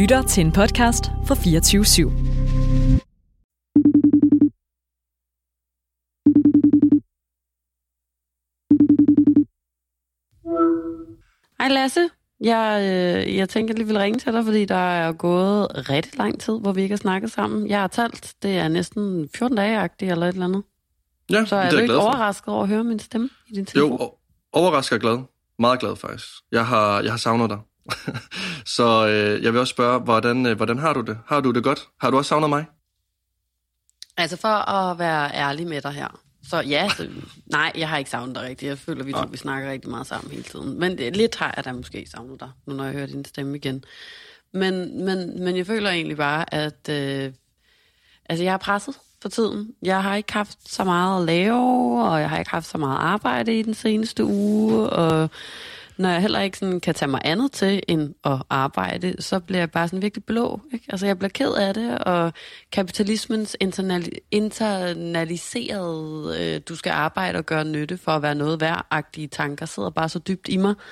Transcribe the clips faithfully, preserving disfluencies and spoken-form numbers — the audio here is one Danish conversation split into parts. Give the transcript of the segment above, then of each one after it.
lytter til en podcast fra fireogtyve syv. Hej Lasse. Jeg, øh, jeg tænker lige vil ringe til dig, fordi der er gået rigtig lang tid, hvor vi ikke har snakket sammen. Jeg har talt, det er næsten fjorten dage-agtigt eller et eller andet. Ja, så er det du er ikke glad for. overrasket over at høre min stemme i din telefon? Jo, overrasket og glad. Meget glad faktisk. Jeg har, jeg har savnet dig. så øh, jeg vil også spørge, hvordan, øh, hvordan har du det? Har du det godt? Har du også savnet mig? Altså for at være ærlig med dig her. Så ja, så, nej, jeg har ikke savnet dig rigtigt. Jeg føler, vi to vi snakker rigtig meget sammen hele tiden. Men det, lidt har jeg da måske savnet dig, nu når jeg hører din stemme igen. Men, men, men jeg føler egentlig bare, at øh, altså, jeg er presset for tiden. Jeg har ikke haft så meget at lave, og jeg har ikke haft så meget arbejde i den seneste uge, og når jeg heller ikke sådan kan tage mig andet til end at arbejde, så bliver jeg bare sådan virkelig blå. Ikke? Altså jeg bliver ked af det, og kapitalismens internali- internaliserede, øh, du skal arbejde og gøre nytte for at være noget værd-agtige tanker, sidder bare så dybt i mig,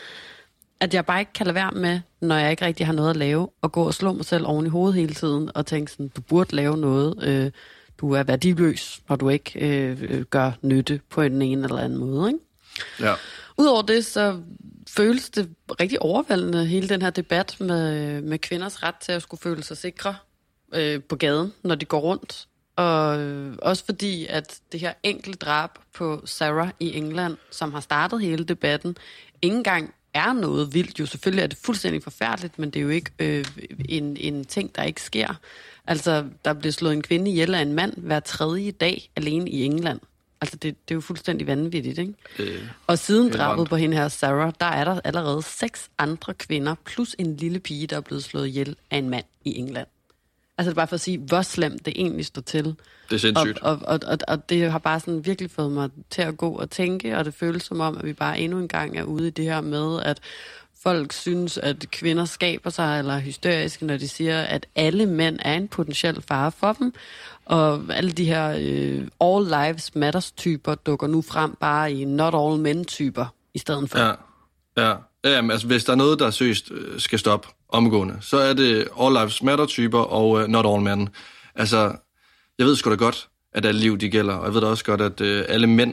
at jeg bare ikke kan lade være med, når jeg ikke rigtig har noget at lave, og gå og slå mig selv oven i hovedet hele tiden, og tænke sådan, du burde lave noget, øh, du er værdiløs, når du ikke øh, gør nytte på en ene eller anden måde. Ikke? Ja. Udover det, så føles det rigtig overvældende, hele den her debat med, med kvinders ret til at skulle føle sig sikre øh, på gaden, når de går rundt. Og øh, også fordi, at det her enkle drab på Sarah i England, som har startet hele debatten, ikke engang er noget vildt. Jo, selvfølgelig er det fuldstændig forfærdeligt, men det er jo ikke øh, en, en ting, der ikke sker. Altså, der bliver slået en kvinde ihjel af en mand hver tredje dag alene i England. Altså, det, det er jo fuldstændig vanvittigt, ikke? Øh, og siden drabet på hende her, Sarah, der er der allerede seks andre kvinder, plus en lille pige, der er blevet slået ihjel af en mand i England. Altså, det er bare for at sige, hvor slemt det egentlig står til. Det er sindssygt. Og, og, og, og det har bare sådan virkelig fået mig til at gå og tænke, og det føles som om, at vi bare endnu en gang er ude i det her med, at folk synes, at kvinder skaber sig, eller er hysteriske, når de siger, at alle mænd er en potentiel fare for dem. Og alle de her øh, all lives matters-typer dukker nu frem bare i not all men-typer i stedet for. Ja, ja. Jamen, altså, hvis der er noget, der seriøst skal stoppe omgående, så er det all lives matter-typer og uh, not all men. Altså, jeg ved sgu da godt, at alle liv de gælder, og jeg ved da også godt, at uh, alle mænd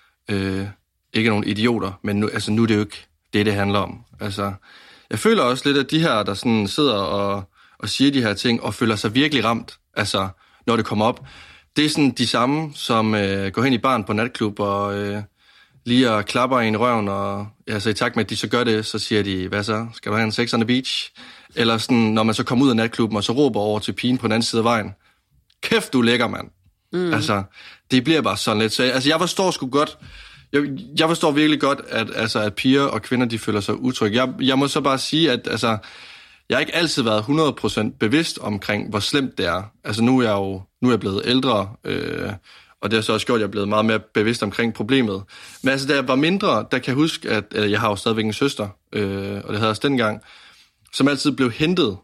uh, ikke er nogen idioter, men nu, altså, nu er det jo ikke det, det handler om. Altså, jeg føler også lidt, at de her, der sådan sidder og, og siger de her ting, og føler sig virkelig ramt, altså, når det kommer op, det er sådan de samme, som øh, går hen i baren på natklub og øh, lige og klapper en i røven, og altså, i takt med, at de så gør det, så siger de, hvad så, skal du have en sex on the beach? Eller sådan, når man så kommer ud af natklubben, og så råber over til pigen på den anden side af vejen, kæft, du er lækker, mand. Mm. Altså, det bliver bare sådan lidt. Så altså, jeg forstår sgu godt, jeg, jeg forstår virkelig godt, at, altså, at piger og kvinder, de føler sig utrygge. Jeg, jeg må så bare sige, at altså, jeg har ikke altid været hundrede procent bevidst omkring, hvor slemt det er. Altså nu er jeg jo nu er jeg blevet ældre, øh, og det har så også gjort, at jeg er blevet meget mere bevidst omkring problemet. Men altså, da jeg var mindre, der kan jeg huske, at eller jeg har jo stadigvæk en søster, øh, og det havde jeg også dengang, som altid blev hentet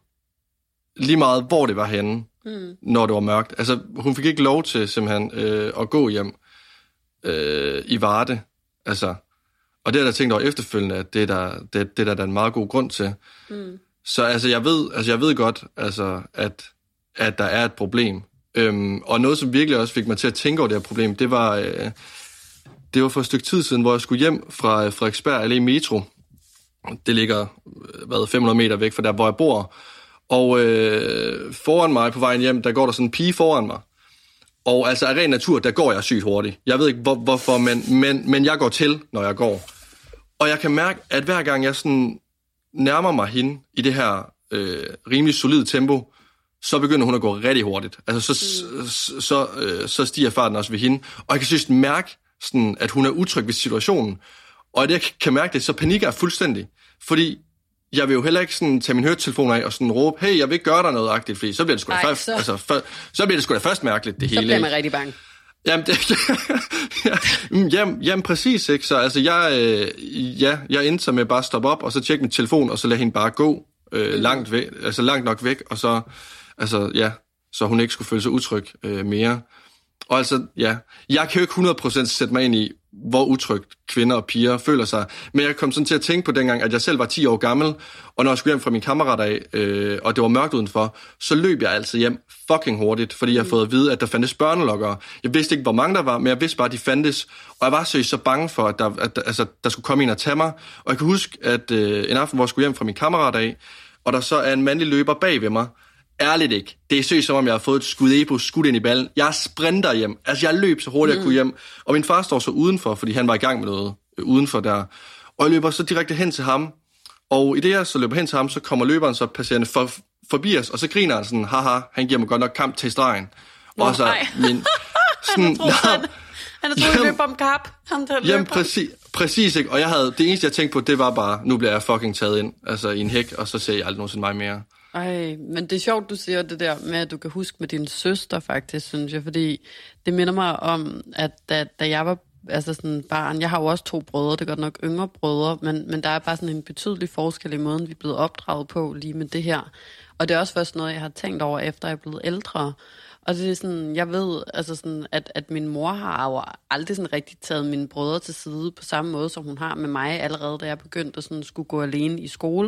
lige meget, hvor det var henne, mm. når det var mørkt. Altså, hun fik ikke lov til simpelthen øh, at gå hjem øh, i Varde. Altså, og det har jeg tænkt over efterfølgende, at det er der, det, det der, der er en meget god grund til. Mm. Så altså, jeg ved, altså, jeg ved godt, altså, at, at der er et problem. Øhm, og noget, som virkelig også fik mig til at tænke over det her problem, det var, øh, det var for et stykke tid siden, hvor jeg skulle hjem fra Frederiksberg Allé Metro. Det ligger hvad, fem hundrede meter væk fra der, hvor jeg bor. Og øh, foran mig på vejen hjem, der går der sådan en pige foran mig. Og altså af ren natur, der går jeg sygt hurtigt. Jeg ved ikke, hvor, hvorfor, men, men, men jeg går til, når jeg går. Og jeg kan mærke, at hver gang jeg sådan nærmer mig hende i det her øh, rimelig solide tempo, så begynder hun at gå rigtig hurtigt. Altså, så, mm. så, så, øh, så stiger farten også ved hende. Og jeg kan synes mærke, sådan, at hun er utryg ved situationen. Og det, jeg kan mærke det, så panikker jeg fuldstændig. Fordi jeg vil jo heller ikke sådan tage min høretelefon af og sådan råbe, hey, jeg vil ikke gøre dig noget agtigt, fordi så bliver det sgu da Ej, først, så... altså, for, så bliver det sgu da først mærkeligt, det så hele. Så bliver man rigtig bange. Jamen, det, ja, jamen, jamen, præcis, ikke? Så altså, jeg, øh, ja, jeg endte så med bare at stoppe op, og så tjekke min telefon, og så lade hende bare gå øh, langt, væk, altså, langt nok væk, og så, altså, ja, så hun ikke skulle føle sig utryg øh, mere. Og altså, ja, jeg kan jo ikke hundrede procent sætte mig ind i, hvor utrygt kvinder og piger føler sig. Men jeg kom sådan til at tænke på dengang, at jeg selv var ti år gammel, og når jeg skulle hjem fra min kammerat af, øh, og det var mørkt udenfor, så løb jeg altid hjem fucking hurtigt, fordi jeg havde fået at vide, at der fandtes børnelokkere. Jeg vidste ikke, hvor mange der var, men jeg vidste bare, at de fandtes, og jeg var seriøst så bange for, at der, at, altså, der skulle komme en og tage mig. Og jeg kan huske, at øh, en aften, hvor jeg skulle hjem fra min kammerat af, og der så er en mandlig løber bag ved mig. Ærligt ikke. Det er seriøst, som om jeg har fået et skud ebo, skudt ind i ballen. Jeg sprinter hjem. Altså, jeg løb så hurtigt, jeg kunne hjem. Og min far står så udenfor, fordi han var i gang med noget øh, udenfor der. Og jeg løber så direkte hen til ham. Og i det jeg så løber hen til ham, så kommer løberen så passerende for, forbi os, og så griner han sådan, haha, han giver mig godt nok kamp til stregen. Nå, og så min... Sådan, han har troet, han har troet, løb om kap. Han der jamen, præcis, præcis ikke. Og jeg havde, det eneste, jeg tænkte på, det var bare, nu bliver jeg fucking taget ind, altså i en hæk, og så ser jeg aldrig nogensinde mig mere. Ej, men det er sjovt, du siger det der med, at du kan huske med din søster faktisk, synes jeg, fordi det minder mig om, at da, da jeg var altså sådan barn, jeg har jo også to brødre, det er godt nok yngre brødre, men, men der er bare sådan en betydelig forskel i måden, vi er blevet opdraget på lige med det her. Og det er også først noget, jeg har tænkt over, efter jeg er blevet ældre. Og det er sådan, jeg ved, altså sådan, at, at min mor har jo aldrig sådan rigtig taget mine brødre til side på samme måde, som hun har med mig, allerede da jeg begyndte at sådan skulle gå alene i skole.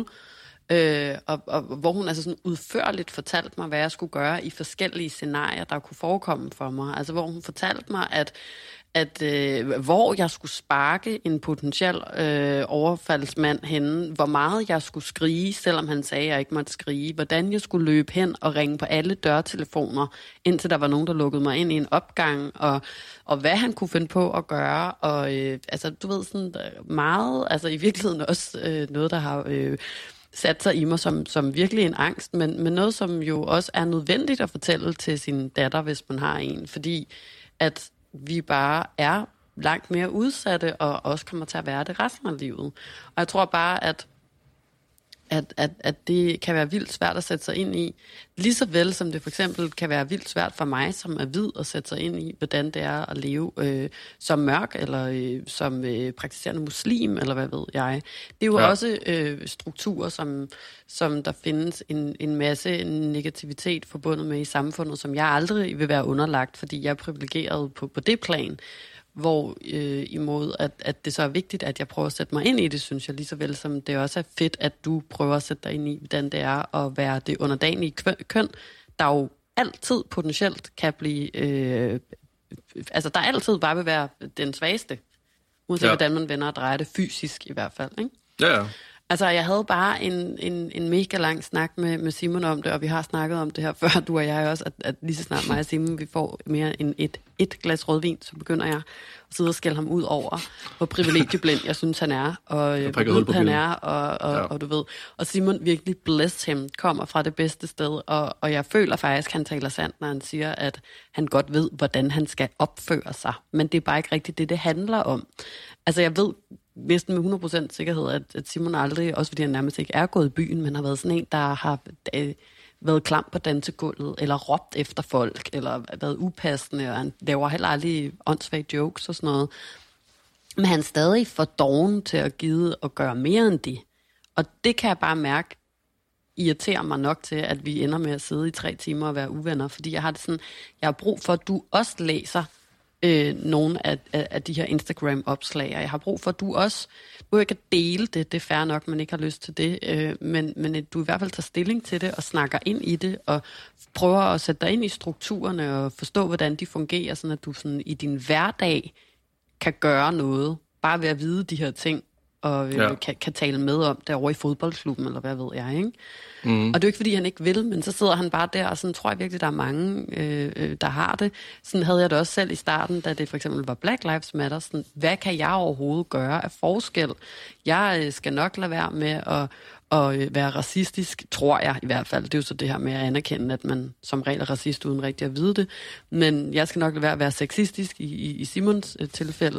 Øh, og, og hvor hun altså sådan udførligt fortalte mig, hvad jeg skulle gøre i forskellige scenarier, der kunne forekomme for mig. Altså hvor hun fortalte mig, at, at øh, hvor jeg skulle sparke en potentiel øh, overfaldsmand henne, hvor meget jeg skulle skrige, selvom han sagde, at jeg ikke måtte skrige, hvordan jeg skulle løbe hen og ringe på alle dørtelefoner, indtil der var nogen, der lukkede mig ind i en opgang, og, og hvad han kunne finde på at gøre. Og øh, altså, du ved, sådan meget, altså i virkeligheden også øh, noget, der har... Øh, sat sig i mig som, som virkelig en angst, men, men noget, som jo også er nødvendigt at fortælle til sin datter, hvis man har en, fordi at vi bare er langt mere udsatte, og også kommer til at være det resten af livet. Og jeg tror bare, at At, at, at det kan være vildt svært at sætte sig ind i. Lige så vel som det for eksempel kan være vildt svært for mig, som er hvid, at sætte sig ind i, hvordan det er at leve øh, som mørk, eller øh, som øh, praktiserende muslim, eller hvad ved jeg. Det er jo ja. også øh, strukturer, som, som der findes en, en masse negativitet forbundet med i samfundet, som jeg aldrig vil være underlagt, fordi jeg er privilegeret på, på det plan. Hvor øh, imod, at, at det så er vigtigt, at jeg prøver at sætte mig ind i det, synes jeg, lige så vel som det også er fedt, at du prøver at sætte dig ind i, hvordan det er at være det underdanige køn, der jo altid potentielt kan blive... Øh, altså, der altid bare vil være den svageste, uanset ja. hvordan man vender og drejer det, fysisk i hvert fald, ikke? Ja, ja. Altså, jeg havde bare en, en, en mega lang snak med, med Simon om det, og vi har snakket om det her før, du og jeg også, at, at lige så snart mig og Simon, vi får mere end et, et glas rødvin, så begynder jeg at sidde og skælde ham ud over, hvor privilegieblind jeg synes, han er, og hvor ved han er, og, og, ja. og, og du ved. Og Simon, virkelig bless him, kommer fra det bedste sted, og, og jeg føler faktisk, at han taler sandt, når han siger, at han godt ved, hvordan han skal opføre sig. Men det er bare ikke rigtigt det, det handler om. Altså, jeg ved næsten med hundrede procent sikkerhed, at, at Simon aldrig, også fordi han nærmest ikke er gået i byen, men har været sådan en, der har øh, været klam på dansegulvet, eller råbt efter folk, eller været upassende, og han laver heller aldrig åndssvage jokes og sådan noget. Men han er stadig for doven til at give og gøre mere end det. Og det kan jeg bare mærke, irriterer mig nok til, at vi ender med at sidde i tre timer og være uvenner, fordi jeg har det sådan, jeg har brug for, at du også læser Øh, nogle af, af, af de her Instagram-opslag, og jeg har brug for, at du også, du ikke kan dele det, det er fair nok, man ikke har lyst til det, øh, men, men at du i hvert fald tager stilling til det, og snakker ind i det, og prøver at sætte dig ind i strukturerne, og forstå, hvordan de fungerer, sådan at du sådan i din hverdag kan gøre noget, bare ved at vide de her ting, og øh, ja. kan, kan tale med om det over i fodboldklubben, eller hvad ved jeg, ikke? Mm. Og det er jo ikke, fordi han ikke vil, men så sidder han bare der, og sådan tror jeg virkelig, der er mange, øh, der har det. Sådan havde jeg det også selv i starten, da det for eksempel var Black Lives Matter. Sådan, hvad kan jeg overhovedet gøre af forskel? Jeg øh, skal nok lade være med at, at være racistisk, tror jeg i hvert fald. Det er jo så det her med at anerkende, at man som regel er racist uden rigtig at vide det. Men jeg skal nok lade være at være sexistisk i, i, i Simons øh, tilfælde,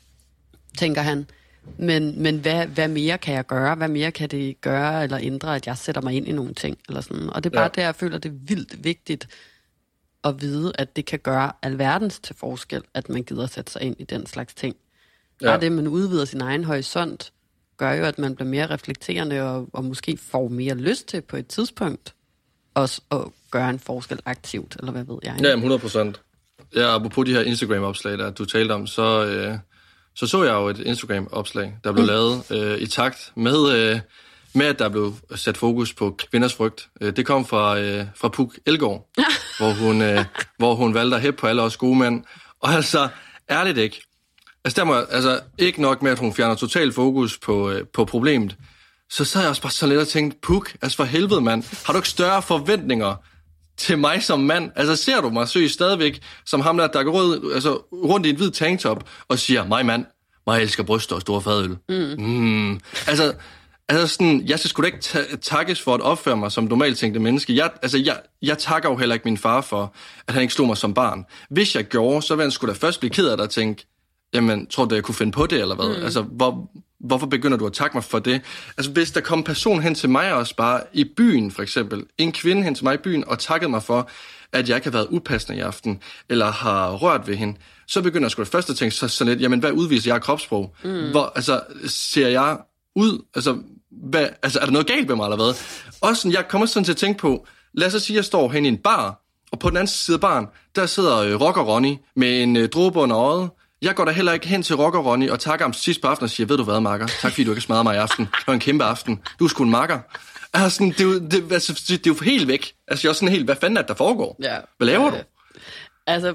tænker han. Men, men hvad, hvad mere kan jeg gøre? Hvad mere kan det gøre eller ændre, at jeg sætter mig ind i nogle ting? Eller sådan. Og det er bare ja. der, jeg føler, det er vildt vigtigt at vide, at det kan gøre alverdens til forskel, at man gider sætte sig ind i den slags ting. Bare ja. det, man udvider sin egen horisont, gør jo, at man bliver mere reflekterende og, og måske får mere lyst til på et tidspunkt også at gøre en forskel aktivt, eller hvad ved jeg. Ja, hundrede procent. Ja, apropos de her Instagram-opslag, der du talte om, så... Øh så så jeg jo et Instagram-opslag, der blev mm. lavet øh, i takt med, øh, med, at der blev sat fokus på kvinders frygt. Øh, det kom fra, øh, fra Puk Elgård, hvor, hun, øh, hvor hun valgte at hæppe på alle os gode mænd. Og altså, ærligt ikke. Altså, der må, altså, ikke nok med, at hun fjerner total fokus på, øh, på problemet, så sad jeg også bare så lidt og tænkte, Puk, altså for helvede, mand, har du ikke større forventninger til mig som mand? Altså, ser du mig søge stadigvæk som ham der, der går rundt, altså, rundt i en hvid tanktop og siger, mig mand, mig elsker bryster og store fadøl. Mm. Mm. Altså, altså sådan, jeg skal sgu da ikke ta- takkes for at opføre mig som normalt tænkte menneske. Jeg, altså, jeg, jeg takker jo heller ikke min far for, at han ikke slog mig som barn. Hvis jeg gjorde, så ville han sgu da først blive ked af det og tænke, jamen, tror du, jeg kunne finde på det, eller hvad? Mm. Altså, hvor, hvorfor begynder du at takke mig for det? Altså, hvis der kom en person hen til mig også bare i byen, for eksempel, en kvinde hen til mig i byen, og takkede mig for, at jeg ikke har været upassende i aften, eller har rørt ved hende, så begynder jeg sgu da først at tænke så, sådan lidt, jamen, hvad udviser jeg kropssprog? Mm. Hvor, altså, ser jeg ud? Altså, hvad, altså, er der noget galt med mig, eller hvad? Også sådan, jeg kommer sådan til at tænke på, lad os så sige, at jeg står hen i en bar, og på den anden side af baren, der sidder øh, Rocker Ronny med en øh, dråbe under øjet. Jeg går da heller ikke hen til Rocker Ronny og takker ham sidst på aftenen og siger, ved du hvad, makker? Tak fordi du ikke smadrede mig i aften. Det var en kæmpe aften. Du er sgu en makker. Altså, det, er jo, det, altså, det er jo helt væk. Altså, jeg er sådan helt, hvad fanden er det, der foregår? Ja. Hvad laver ja, ja. du? Altså,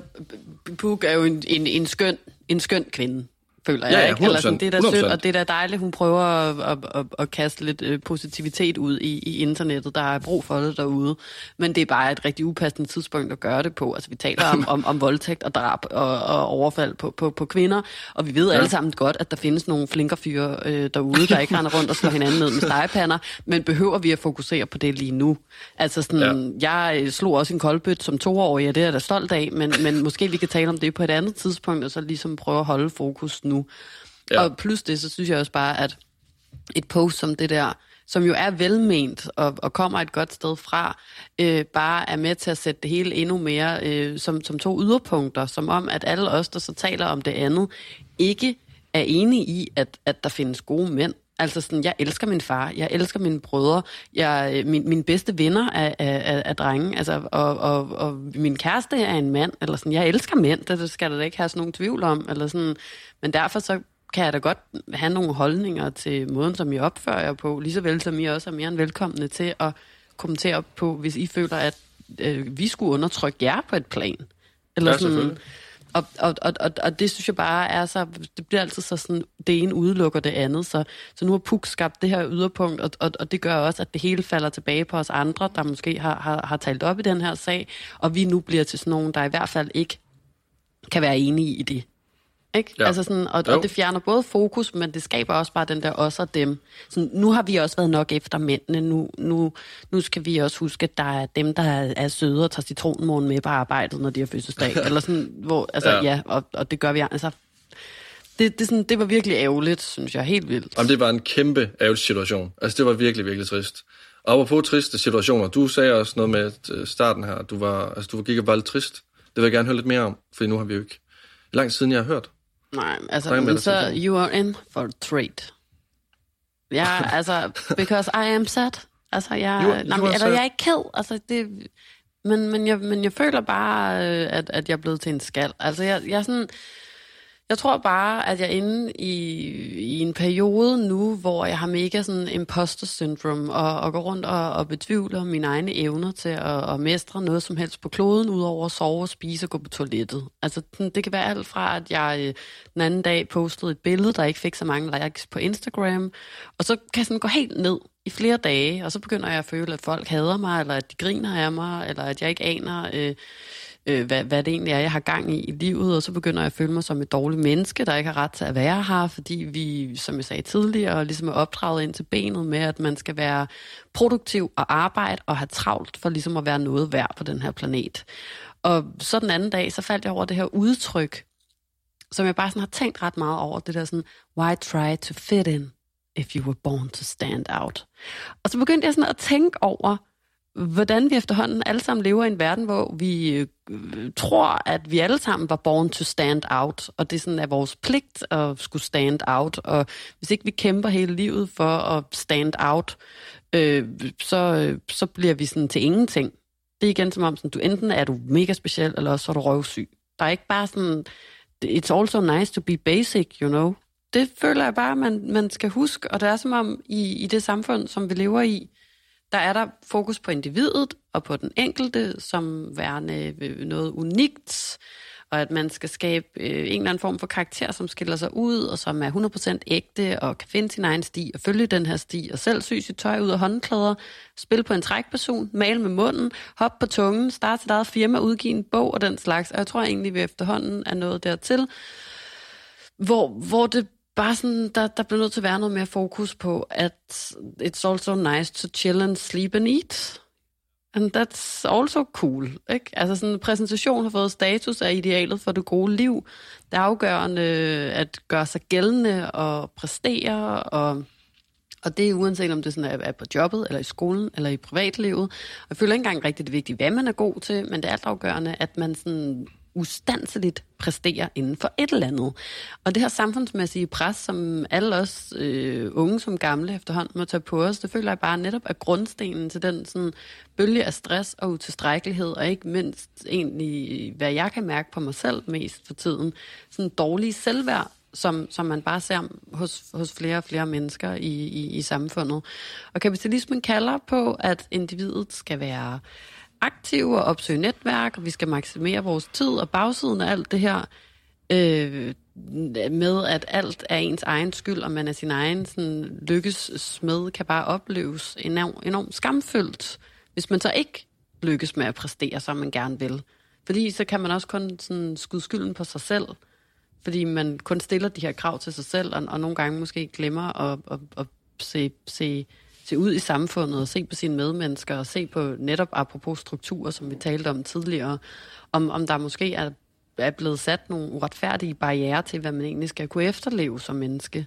Puk er jo en, en, en, skøn, en skøn kvinde, føler jeg, ja, ja, ikke? Eller sådan, det er da sødt, og det er da dejligt, hun prøver at, at, at, at kaste lidt uh, positivitet ud i, i internettet. Der er brug for det derude. Men det er bare et rigtig upassende tidspunkt at gøre det på. Altså, vi taler om, om, om voldtægt og drab og, og overfald på, på, på kvinder, og vi ved ja. alle sammen godt, at der findes nogle flinker fyre øh, derude, der ikke render rundt og slår hinanden ned med stegepander, men behøver vi at fokusere på det lige nu? Altså, sådan, ja. jeg slog også en koldbøt som toårig, og det er jeg da stolt af, men, men måske vi kan tale om det på et andet tidspunkt, og så ligesom prøve at holde fokus nu. Ja. Og plus det, så synes jeg også bare, at et post som det der, som jo er velment og, og kommer et godt sted fra, øh, bare er med til at sætte det hele endnu mere øh, som, som to yderpunkter, som om, at alle os, der så taler om det andet, ikke er enige i, at, at der findes gode mænd. Altså sådan, jeg elsker min far, jeg elsker mine brødre, jeg, min, mine bedste venner er, er, er drenge, altså, og, og, og min kæreste er en mand, eller sådan, jeg elsker mænd, det skal der da ikke have sådan nogen tvivl om, eller sådan, men derfor så kan jeg da godt have nogle holdninger til måden, som I opfører jer på, lige så vel som I også er mere end velkomne til at kommentere på, hvis I føler, at øh, vi skulle undertrykke jer på et plan. Eller ja, sådan, og, og, og, og, og det synes jeg bare er så, det bliver altid så sådan, det ene udelukker det andet, så, så nu har Puk skabt det her yderpunkt, og, og, og det gør også, at det hele falder tilbage på os andre, der måske har, har, har talt op i den her sag, og vi nu bliver til sådan nogen, der i hvert fald ikke kan være enige i det. Ikke? Ja. Altså sådan, og, og det fjerner både fokus, men det skaber også bare den der os og dem. Så nu har vi også været nok efter mændene. Nu, nu, nu skal vi også huske, at der er dem, der er, er søde og tager citronmorgen med på arbejdet, når de har fødselsdag. Eller sådan, hvor, altså ja, ja og, og det gør vi. Altså, det, det, sådan, det var virkelig ærgerligt, synes jeg. Helt vildt. Jamen, det var en kæmpe ærgerlig situation. Altså, det var virkelig, virkelig trist. Og apropos triste situationer, du sagde også noget med starten her. Du var, altså, du gik og var lidt trist. Det vil jeg gerne høre lidt mere om, for nu har vi jo ikke langt siden, jeg har hørt. Nej, altså, men så you are in for a treat. Ja, altså, because I am sad. Altså, jeg, you, nej, you eller jeg er ikke ked. Altså, det, men, men, jeg, men jeg føler bare, at, at jeg er blevet til en skal. Altså, jeg, jeg er sådan... Jeg tror bare, at jeg er inde i, i en periode nu, hvor jeg har mega sådan imposter syndrome, og, og går rundt og, og betvivler mine egne evner til at, at mestre noget som helst på kloden, udover at sove og spise og gå på toilettet. Altså, det kan være alt fra, at jeg den anden dag postede et billede, der ikke fik så mange likes på Instagram, og så kan jeg sådan gå helt ned i flere dage, og så begynder jeg at føle, at folk hader mig, eller at de griner af mig, eller at jeg ikke aner... Øh, Øh, hvad, hvad det egentlig er, jeg har gang i i livet, og så begynder jeg at føle mig som et dårligt menneske, der ikke har ret til at være her, fordi vi, som jeg sagde tidligere, ligesom er opdraget ind til benet med, at man skal være produktiv og arbejde og have travlt for ligesom at være noget værd på den her planet. Og så den anden dag, så faldt jeg over det her udtryk, som jeg bare sådan har tænkt ret meget over, det der sådan, why try to fit in if you were born to stand out? Og så begyndte jeg sådan at tænke over, hvordan vi efterhånden alle sammen lever i en verden, hvor vi øh, tror, at vi alle sammen var born to stand out, og det sådan er vores pligt at skulle stand out, og hvis ikke vi kæmper hele livet for at stand out, øh, så, øh, så bliver vi sådan til ingenting. Det er igen som om, sådan, du enten er du mega speciel, eller også er du røvsyg. Der er ikke bare sådan, it's also nice to be basic, you know. Det føler jeg bare, man, man skal huske, og det er som om i, i det samfund, som vi lever i, der er der fokus på individet og på den enkelte, som værende noget unikt, og at man skal skabe øh, en eller anden form for karakter, som skiller sig ud, og som er hundrede procent ægte, og kan finde sin egen sti, og følge den her sti, og selv sy sit tøj ud af håndklæder, spille på en trækperson, male med munden, hoppe på tungen, starte sit eget firma, udgive en bog og den slags. Og jeg tror egentlig, vi efterhånden er nået dertil, hvor, hvor det bare sådan, der, der bliver nødt til at være noget mere fokus på, at it's also nice to chill and sleep and eat. And that's also cool, ikke? Altså sådan en præsentation har fået status af idealet for det gode liv. Det er afgørende at gøre sig gældende og præstere, og, og det er uanset om det sådan er, er på jobbet, eller i skolen, eller i privatlivet. Og jeg føler ikke engang rigtigt, det er vigtigt, hvad man er god til, men det er alt afgørende, at man sådan ustandsligt præstere inden for et eller andet. Og det her samfundsmæssige pres, som alle os øh, unge som gamle efterhånden må tage på os, det føler jeg bare netop er grundstenen til den sådan, bølge af stress og utilstrækkelighed, og ikke mindst egentlig, hvad jeg kan mærke på mig selv mest for tiden, sådan dårlig selvværd, som, som man bare ser hos, hos flere og flere mennesker i, i, i samfundet. Og kapitalismen kalder på, at individet skal være aktive og opsøge netværk, og vi skal maksimere vores tid, og bagsiden af alt det her øh, med, at alt er ens egen skyld, og man er sin egen sådan, lykkes smed, kan bare opleves enormt, enormt skamfyldt, hvis man så ikke lykkes med at præstere, som man gerne vil. Fordi så kan man også kun sådan, skyde skylden på sig selv, fordi man kun stiller de her krav til sig selv, og, og nogle gange måske glemmer at, at, at se... se se ud i samfundet og se på sine medmennesker og se på netop apropos strukturer, som vi talte om tidligere, om, om der måske er, er blevet sat nogle uretfærdige barrierer til, hvad man egentlig skal kunne efterleve som menneske.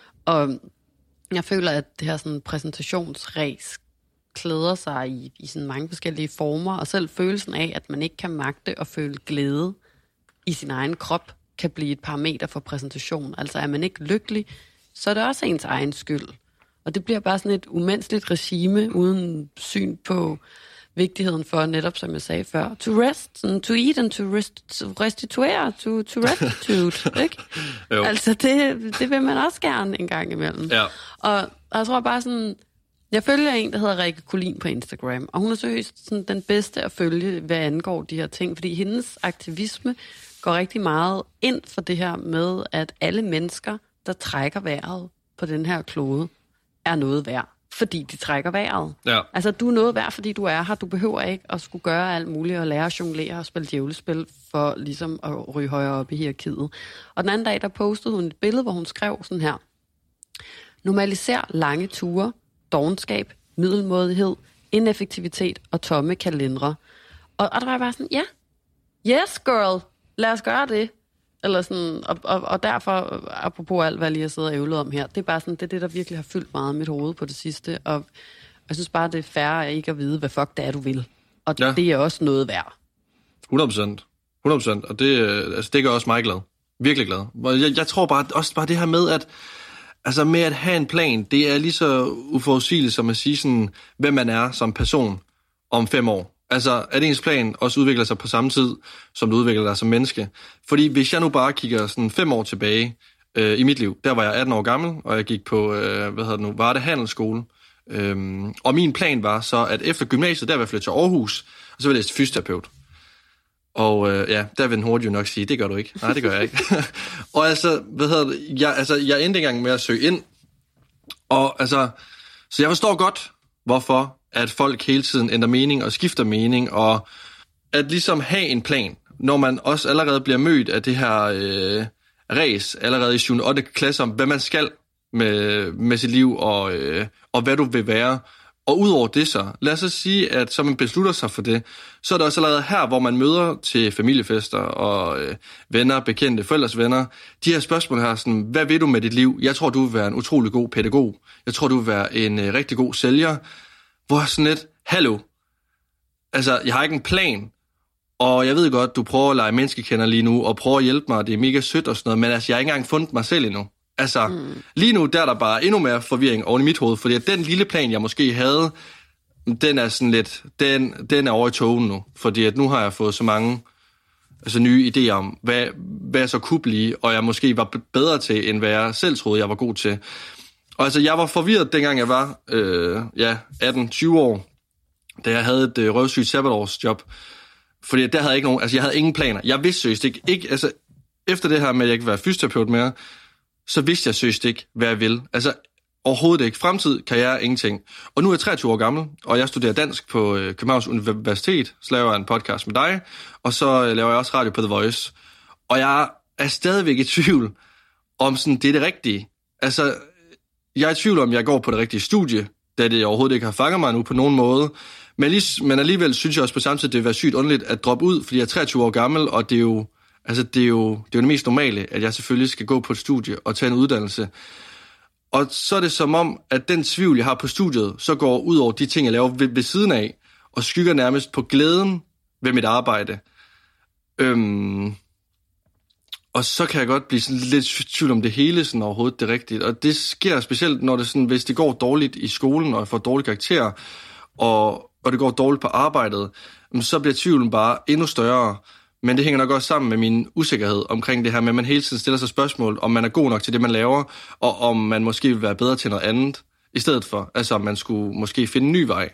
Og jeg føler, at det her sådan præsentationsræs klæder sig i, i sådan mange forskellige former, og selv følelsen af, at man ikke kan magte og føle glæde i sin egen krop, kan blive et parameter for præsentation. Altså er man ikke lykkelig, så er det også ens egen skyld. Og det bliver bare sådan et umenneskeligt regime, uden syn på vigtigheden for netop, som jeg sagde før, to rest, to eat and to, rest, to restituere, to, to restitute, ikke? Altså, det, det vil man også gerne en gang imellem. Ja. Og, og jeg tror bare sådan, jeg følger en, der hedder Rikke Collin på Instagram, og hun er seriøst sådan den bedste at følge, hvad angår de her ting, fordi hendes aktivisme går rigtig meget ind for det her med, at alle mennesker, der trækker vejret på den her klode, er noget værd, fordi de trækker vejret. Ja. Altså, du er noget værd, fordi du er her. Du behøver ikke at skulle gøre alt muligt og lære at jonglere og spille djævlespil for ligesom at ryge højere op i hierarkiet. Og den anden dag, der postede hun et billede, hvor hun skrev sådan her: normaliser lange ture, dovenskab, middelmådighed, ineffektivitet og tomme kalendere. Og, og der var jeg bare sådan, ja, yes girl, lad os gøre det. Eller sådan, og, og, og derfor, apropos alt, hvad jeg lige har siddet og ævlet om her, det er bare sådan, det er det, der virkelig har fyldt meget mit hoved på det sidste, og jeg synes bare, det er fair at ikke at vide, hvad fuck det er, du vil. Og ja. Det er også noget værd. hundrede procent. hundrede procent. Og det, altså, det gør også mig glad. Virkelig glad. Jeg, jeg tror bare, også bare det her med, at altså med at have en plan, det er lige så uforudsigeligt som at sige sådan, hvem man er som person om fem år. Altså, at ens plan også udvikler sig på samme tid, som du udvikler dig som menneske. Fordi hvis jeg nu bare kigger sådan fem år tilbage øh, i mit liv, der var jeg atten år gammel, og jeg gik på, øh, hvad hedder det nu, Varde Handelsskole. Øhm, og min plan var så, at efter gymnasiet, der var jeg flytte til Aarhus, og så ville jeg læse fysioterapeut. Og øh, ja, der vil den hurtigt jo nok sige, det gør du ikke. Nej, det gør jeg ikke. Og altså, hvad hedder det, jeg, altså, jeg endte engang med at søge ind. Og altså, så jeg forstår godt, hvorfor at folk hele tiden ændrer mening og skifter mening, og at ligesom have en plan, når man også allerede bliver mødt af det her øh, ræs, allerede i syvende og ottende klasse, om hvad man skal med, med sit liv, og, øh, og hvad du vil være. Og udover det så, lad os så sige, at så man beslutter sig for det, så er det også allerede her, hvor man møder til familiefester og øh, venner, bekendte, forældres venner, de her spørgsmål her, sådan, hvad vil du med dit liv? Jeg tror, du vil være en utrolig god pædagog. Jeg tror, du vil være en øh, rigtig god sælger. Hvor sådan lidt, hallo, altså, jeg har ikke en plan, og jeg ved godt, du prøver at lege menneskekender lige nu, og prøver at hjælpe mig, og det er mega sødt og sådan noget, men altså, jeg har ikke engang fundet mig selv endnu. Altså, mm. lige nu, der er der bare endnu mere forvirring oven i mit hoved, fordi at den lille plan, jeg måske havde, den er sådan lidt, den, den er over i togen nu, fordi at nu har jeg fået så mange altså nye idéer om, hvad, hvad jeg så kunne blive, og jeg måske var bedre til, end hvad jeg selv troede, jeg var god til. Og altså, jeg var forvirret, dengang jeg var øh, ja, atten tyve år, da jeg havde et øh, røvsygt sabbatårsjob. Fordi der havde jeg ikke nogen, altså jeg havde ingen planer. Jeg vidste seriøst ikke, ikke altså, efter det her med, at jeg ikke vil være fysioterapeut mere, så vidste jeg seriøst ikke, hvad jeg vil. Altså, overhovedet ikke. Fremtid, karriere, ingenting. Og nu er jeg treogtyve år gammel, og jeg studerer dansk på øh, Københavns Universitet, så laver jeg en podcast med dig, og så øh, laver jeg også radio på The Voice. Og jeg er stadigvæk i tvivl om sådan, det er det rigtige. Altså, jeg er i tvivl om, jeg går på det rigtige studie, da det overhovedet ikke har fanget mig nu på nogen måde. Men, lige, men alligevel synes jeg også på samme tid, det vil være sygt underligt at droppe ud, fordi jeg er treogtyve år gammel, og det er jo, altså, det er jo, det er jo det mest normale, at jeg selvfølgelig skal gå på et studie og tage en uddannelse. Og så er det som om, at den tvivl, jeg har på studiet, så går ud over de ting, jeg laver ved, ved siden af, og skygger nærmest på glæden ved mit arbejde. Øhm, og så kan jeg godt blive sådan lidt i tvivl om det hele, sådan overhovedet det rigtige. Og det sker specielt, når det sådan, hvis det går dårligt i skolen, og jeg får dårlige karakterer, og, og det går dårligt på arbejdet, så bliver tvivlen bare endnu større. Men det hænger nok også sammen med min usikkerhed omkring det her med, at man hele tiden stiller sig spørgsmål, om man er god nok til det, man laver, og om man måske vil være bedre til noget andet, i stedet for, altså om man skulle måske finde en ny vej.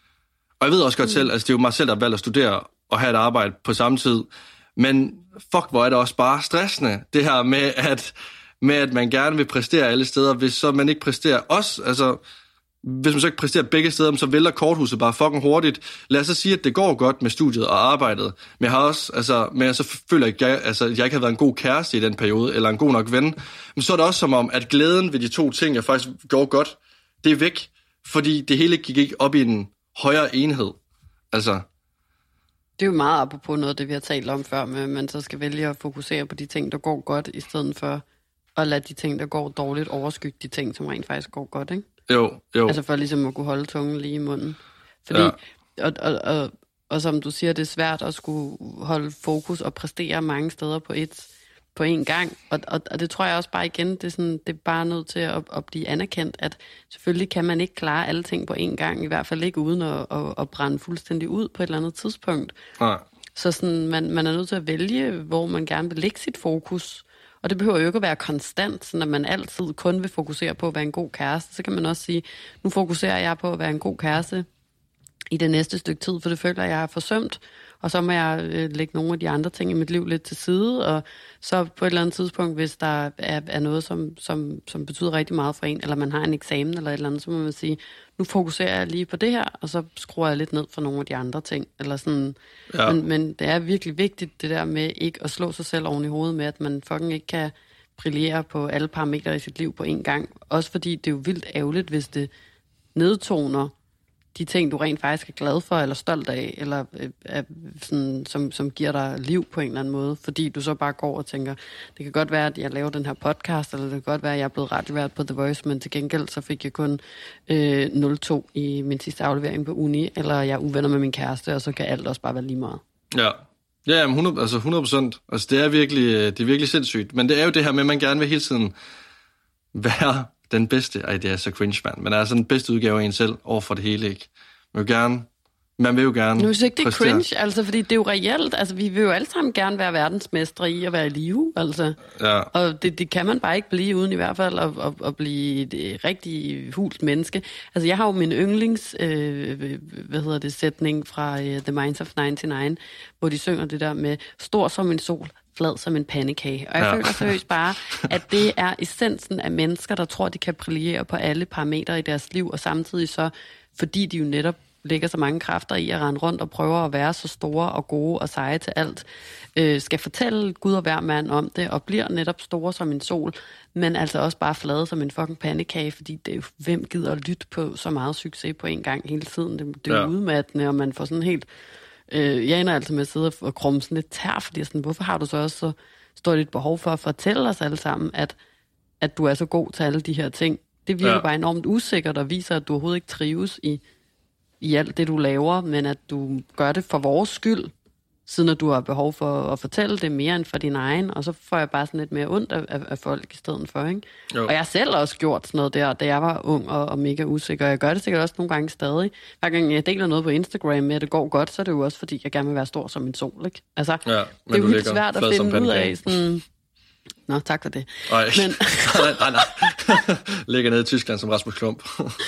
Og jeg ved også godt selv, altså det er jo mig selv, der har valgt at studere og have et arbejde på samme tid, men fuck, hvor er det også bare stressende, det her med, at, med at man gerne vil præstere alle steder, hvis så man ikke præsterer også, altså hvis man så ikke præsterer begge steder, så vælter korthuset bare fucking hurtigt. Lad os så sige, at det går godt med studiet og arbejdet, men jeg har også, altså, men jeg så føler ikke, jeg, altså, jeg ikke har været en god kæreste i den periode, eller en god nok ven, men så er det også som om, at glæden ved de to ting, jeg faktisk gjorde godt, det er væk, fordi det hele gik ikke op i en højere enhed. Altså. Det er jo meget apropos noget af det, vi har talt om før, med at man så skal vælge at fokusere på de ting, der går godt, i stedet for at lade de ting, der går dårligt, overskygge de ting, som rent faktisk går godt, ikke? Jo, jo. Altså for ligesom at kunne holde tungen lige i munden. Fordi, ja. og, og, og, og som du siger, det er svært at skulle holde fokus og præstere mange steder på et på en gang. Og, og, og det tror jeg også bare igen, det er, sådan, det er bare nødt til at, at blive anerkendt, at selvfølgelig kan man ikke klare alle ting på en gang, i hvert fald ikke uden at, at, at brænde fuldstændig ud på et eller andet tidspunkt. Nej. Så sådan, man, man er nødt til at vælge, hvor man gerne vil lægge sit fokus. Og det behøver jo ikke at være konstant, så når man altid kun vil fokusere på at være en god kæreste, så kan man også sige, nu fokuserer jeg på at være en god kæreste i det næste stykke tid, for det føler jeg er forsømt, og så må jeg øh, lægge nogle af de andre ting i mit liv lidt til side, og så på et eller andet tidspunkt, hvis der er, er noget, som, som, som betyder rigtig meget for en, eller man har en eksamen eller et eller andet, så må man sige, nu fokuserer jeg lige på det her, og så skruer jeg lidt ned for nogle af de andre ting, eller sådan. Ja. Men, men det er virkelig vigtigt, det der med ikke at slå sig selv oven i hovedet med, at man fucking ikke kan brillere på alle parametre i sit liv på en gang. Også fordi det er jo vildt ærgerligt, hvis det nedtoner de ting, du rent faktisk er glad for, eller stolt af, eller øh, er sådan, som, som giver dig liv på en eller anden måde, fordi du så bare går og tænker, det kan godt være, at jeg laver den her podcast, eller det kan godt være, at jeg er blevet radiovært på The Voice, men til gengæld så fik jeg kun øh, nul komma to i min sidste aflevering på uni, eller jeg er uvenner med min kæreste, og så kan alt også bare være lige meget. Ja, ja hundrede, altså hundrede procent. Altså det er, virkelig, det er virkelig sindssygt, men det er jo det her med, at man gerne vil hele tiden være den bedste, ej det er så cringe, man, men altså den bedste udgave af en selv over for det hele, ikke? Man vil gerne, man vil jo gerne nu er det ikke det cringe, altså, fordi det er jo reelt, altså vi vil jo alle sammen gerne være verdensmestre i at være i live, altså. Ja. Og det, det kan man bare ikke blive, uden i hvert fald at, at, at blive et rigtig hult menneske. Altså jeg har jo min yndlings, øh, hvad hedder det, sætning fra uh, The Minds of nioghalvfems, hvor de synger det der med, stor som en sol, flad som en pandekage. Og jeg ja. føler seriøst bare, at det er essensen af mennesker, der tror, de kan brillere på alle parametre i deres liv, og samtidig så, fordi de jo netop lægger så mange kræfter i at rende rundt og prøver at være så store og gode og seje til alt, øh, skal fortælle Gud og hver mand om det, og bliver netop store som en sol, men altså også bare flade som en fucking pandekage, fordi det er jo, hvem gider at lytte på så meget succes på en gang hele tiden. Det, det er jo ja. udmattende, og man får sådan helt... Øh, jeg ender altså med at sidde og krumme sådan lidt tær, fordi sådan, hvorfor har du så også så stort et behov for at fortælle os alle sammen, at, at du er så god til alle de her ting? Det virker ja. bare enormt usikkert og viser, at du overhovedet ikke trives i, i alt det, du laver, men at du gør det for vores skyld, siden at du har behov for at fortælle det mere end for din egen, og så får jeg bare sådan lidt mere ondt af, af folk i stedet for, ikke? Jo. Og jeg har selv også gjort sådan noget der, da jeg var ung og, og mega usikker, og jeg gør det sikkert også nogle gange stadig. Hver gang jeg deler noget på Instagram med, at det går godt, så er det jo også, fordi jeg gerne vil være stor som en sol, ikke? Altså, ja, det er jo helt svært at finde ud af sådan... Nå, tak for det. Ej. Men... nej, nej, nej. Ligger nede i Tyskland som Rasmus Klump.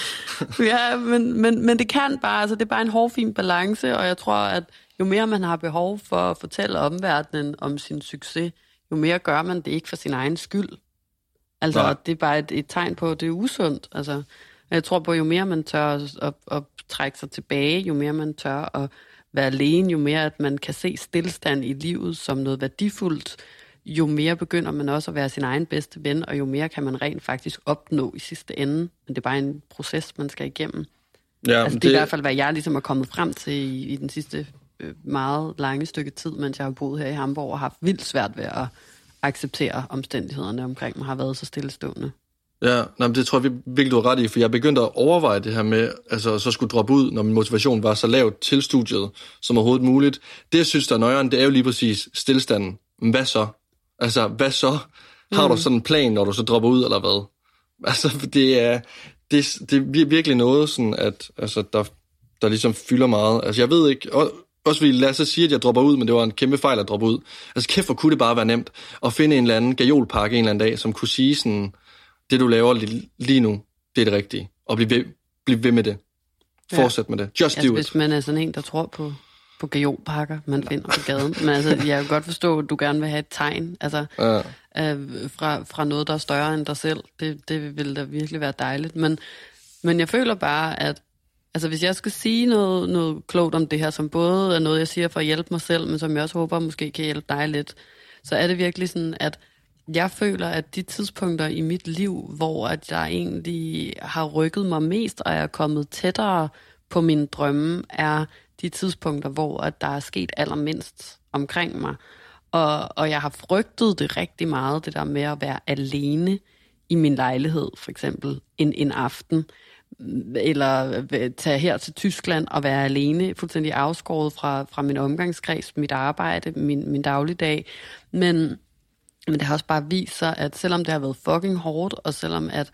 Ja, men, men, men det kan bare, altså det er bare en hårfin balance, og jeg tror, at jo mere man har behov for at fortælle omverdenen om sin succes, jo mere gør man det ikke for sin egen skyld. Altså, nej. Det er bare et, et tegn på, at det er usundt. Altså, jeg tror på, jo mere man tør at, at, at trække sig tilbage, jo mere man tør at være alene, jo mere at man kan se stillestand i livet som noget værdifuldt, jo mere begynder man også at være sin egen bedste ven, og jo mere kan man rent faktisk opnå i sidste ende. Men det er bare en proces, man skal igennem. Ja, altså, det, det er i hvert fald, hvad jeg ligesom er kommet frem til i, i den sidste øh, meget lange stykke tid, mens jeg har boet her i Hamburg og haft vildt svært ved at acceptere omstændighederne omkring mig, har været så stillestående. Ja, nej, det tror jeg virkelig, du har ret i, for jeg begyndte at overveje det her med, altså så skulle droppe ud, når min motivation var så lavt til studiet som overhovedet muligt. Det, jeg synes, der er nøjeren, det er jo lige præcis stillestanden. Men hvad så? Altså, hvad så? Har mm. du sådan en plan, når du så dropper ud, eller hvad? Altså, det er, det, det er virkelig noget, sådan at, altså, der, der ligesom fylder meget. Altså, jeg ved ikke, og, også fordi lad os så sige, at jeg dropper ud, men det var en kæmpe fejl at droppe ud. Altså, kæft, hvor kunne det bare være nemt at finde en eller anden gajolpakke en eller anden dag, som kunne sige sådan, det du laver lige, lige nu, det er det rigtige. Og bliv ved, bliv ved med det. Fortsæt ja. med det. Just altså, do it. Hvis man er sådan en, der tror på... på gajolpakker, man finder på gaden. Men altså, jeg kan godt forstå, at du gerne vil have et tegn, altså, ja. øh, fra, fra noget, der er større end dig selv. Det, det ville da virkelig være dejligt. Men, men jeg føler bare, at altså, hvis jeg skal sige noget, noget klogt om det her, som både er noget, jeg siger for at hjælpe mig selv, men som jeg også håber, måske kan hjælpe dig lidt, så er det virkelig sådan, at jeg føler, at de tidspunkter i mit liv, hvor at jeg egentlig har rykket mig mest, og jeg er kommet tættere på mine drømme, er de tidspunkter, hvor at der er sket allermindst omkring mig. Og, og jeg har frygtet det rigtig meget, det der med at være alene i min lejlighed, for eksempel en, en aften, eller tage her til Tyskland og være alene, fuldstændig afskåret fra, fra min omgangskreds, mit arbejde, min, min dagligdag. Men, men det har også bare vist sig, at selvom det har været fucking hårdt, og selvom at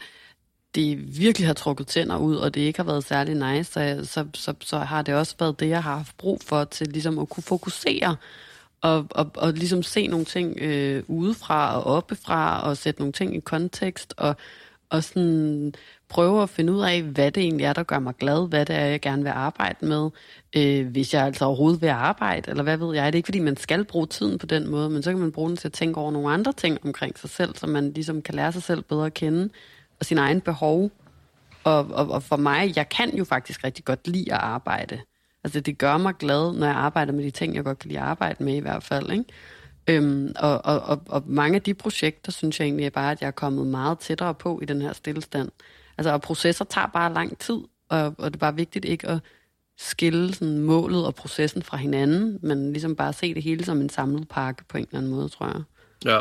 det virkelig har trukket tænder ud, og det ikke har været særlig nice, så, så, så, så har det også været det, jeg har haft brug for, til ligesom at kunne fokusere, og, og, og ligesom se nogle ting øh, udefra og oppefra, og sætte nogle ting i kontekst, og, og sådan prøve at finde ud af, hvad det egentlig er, der gør mig glad, hvad det er, jeg gerne vil arbejde med, øh, hvis jeg altså overhovedet vil arbejde, eller hvad ved jeg. Det er ikke, fordi man skal bruge tiden på den måde, men så kan man bruge den til at tænke over nogle andre ting omkring sig selv, så man ligesom kan lære sig selv bedre at kende, og sin egen behov. Og, og, og for mig, jeg kan jo faktisk rigtig godt lide at arbejde. Altså, det gør mig glad, når jeg arbejder med de ting, jeg godt kan lide at arbejde med i hvert fald, ikke? Øhm, og, og, og, og mange af de projekter, synes jeg egentlig bare, at jeg er kommet meget tættere på i den her stillestand. Altså, og processer tager bare lang tid, og, og det er bare vigtigt ikke at skille sådan målet og processen fra hinanden, men ligesom bare se det hele som en samlet pakke på en eller anden måde, tror jeg. Ja.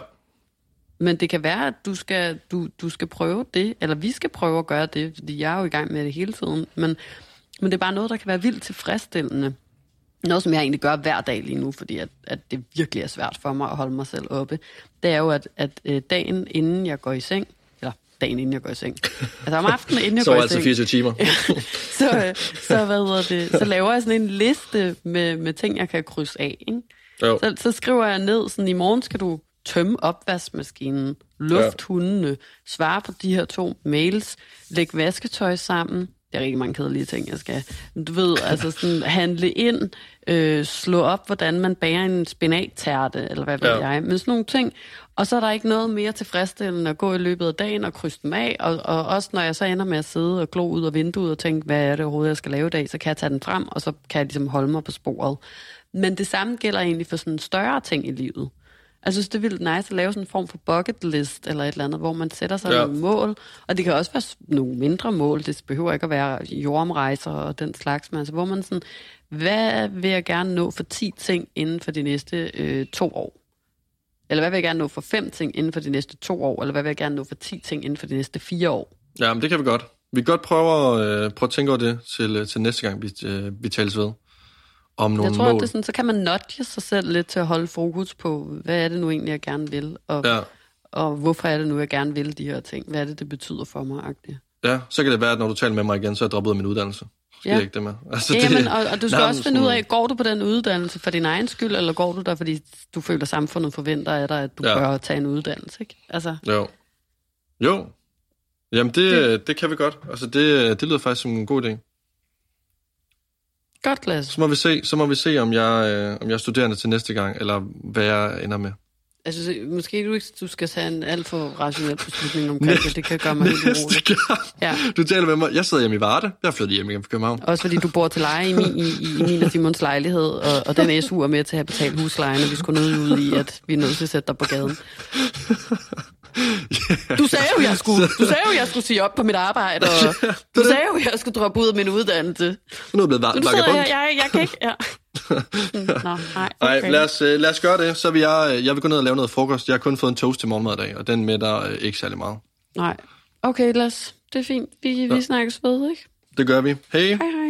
Men det kan være, at du skal, du, du skal prøve det, eller vi skal prøve at gøre det, fordi jeg er jo i gang med det hele tiden. Men, men det er bare noget, der kan være vildt tilfredsstillende. Noget, som jeg egentlig gør hver dag lige nu, fordi at, at det virkelig er svært for mig at holde mig selv oppe. Det er jo, at, at dagen inden jeg går i seng, eller dagen inden jeg går i seng, altså om aftenen inden jeg så går i altså seng. fireogtyve timer. så, så, hvad hedder det, så laver jeg sådan en liste med, med ting, jeg kan krydse af. Ikke? Så, så skriver jeg ned, sådan i morgen skal du tømme opvaskemaskinen, luft hundene, svare på de her to mails, læg vasketøj sammen. Det er rigtig mange kedelige ting, jeg skal. Du ved, altså sådan handle ind, øh, slå op, hvordan man bager en spinattærte, eller hvad ved ja. jeg. Men sådan nogle ting. Og så er der ikke noget mere tilfredsstillende at gå i løbet af dagen og krydse dem af. Og, og også når jeg så ender med at sidde og glo ud af vinduet og tænke, hvad er det overhovedet, jeg skal lave i dag, så kan jeg tage den frem, og så kan jeg ligesom holde mig på sporet. Men det samme gælder egentlig for sådan større ting i livet. Jeg synes, det er vildt nice at lave sådan en form for bucket list eller et eller andet, hvor man sætter sig ja. nogle mål. Og det kan også være nogle mindre mål. Det behøver ikke at være jordomrejser og den slags. Men altså, hvor man sådan, hvad vil jeg gerne nå for ti ting inden for de næste øh, to år? Eller hvad vil jeg gerne nå for fem ting inden for de næste to år? Eller hvad vil jeg gerne nå for ti ting inden for de næste fire år? Ja, men det kan vi godt. Vi kan godt prøve at, øh, prøve at tænke over det til, til næste gang, vi, øh, vi tales ved. om nogle Jeg tror, mål. at det er sådan, så kan man nudge sig selv lidt til at holde fokus på, hvad er det nu egentlig, jeg gerne vil, og, Ja. og hvorfor er det nu, jeg gerne vil de her ting. Hvad er det, det betyder for mig-agtigt. Ja, så kan det være, at når du taler med mig igen, så er jeg droppet ud af min uddannelse. Så skal Ja. jeg ikke det med. Altså, Jamen, det, og, og du skal nej, også finde ud af, går du på den uddannelse for din egen skyld, eller går du der, fordi du føler, samfundet forventer af dig, at du Ja. bør tage en uddannelse, ikke? Altså, Jo. Jo. Jamen, det, det... det kan vi godt. Altså, det, det lyder faktisk som en god idé. godt, Lasse. Så må vi se, så må vi se om, jeg, øh, om jeg er studerende til næste gang, eller hvad jeg ender med. Altså, måske du ikke du skal tage en alt for rationel beslutning omkring det. Det kan gøre mig helt urolig. Næste gang. Ja. Du taler med mig. Jeg sidder hjemme i Varde. Jeg er flyttet hjem igen fra København. Også fordi du bor til leje i min, i, i min og Simons lejlighed, og, og den S U er med til at betale huslejen, og vi skulle nødt ud i, at vi er nødt til at sætte dig på gaden. Yeah. Du sagde jo, jeg skulle, du sagde jo, jeg skulle sige op på mit arbejde, og du sagde jo, jeg skulle droppe ud af min uddannelse. Nu er blevet Så du sidder vagabond. her, jeg, jeg kan ikke... Ja. Nå, nej, Nej, okay. lad os, øh, lad os gøre det. Så vil jeg, jeg vil gå ned og lave noget frokost. Jeg har kun fået en toast til morgenmad i dag, og den med der øh, ikke særlig meget. Nej. Okay, Lasse. Det er fint. Vi, vi Ja. snakkes ved, ikke? Det gør vi. Hej. Hej, hej.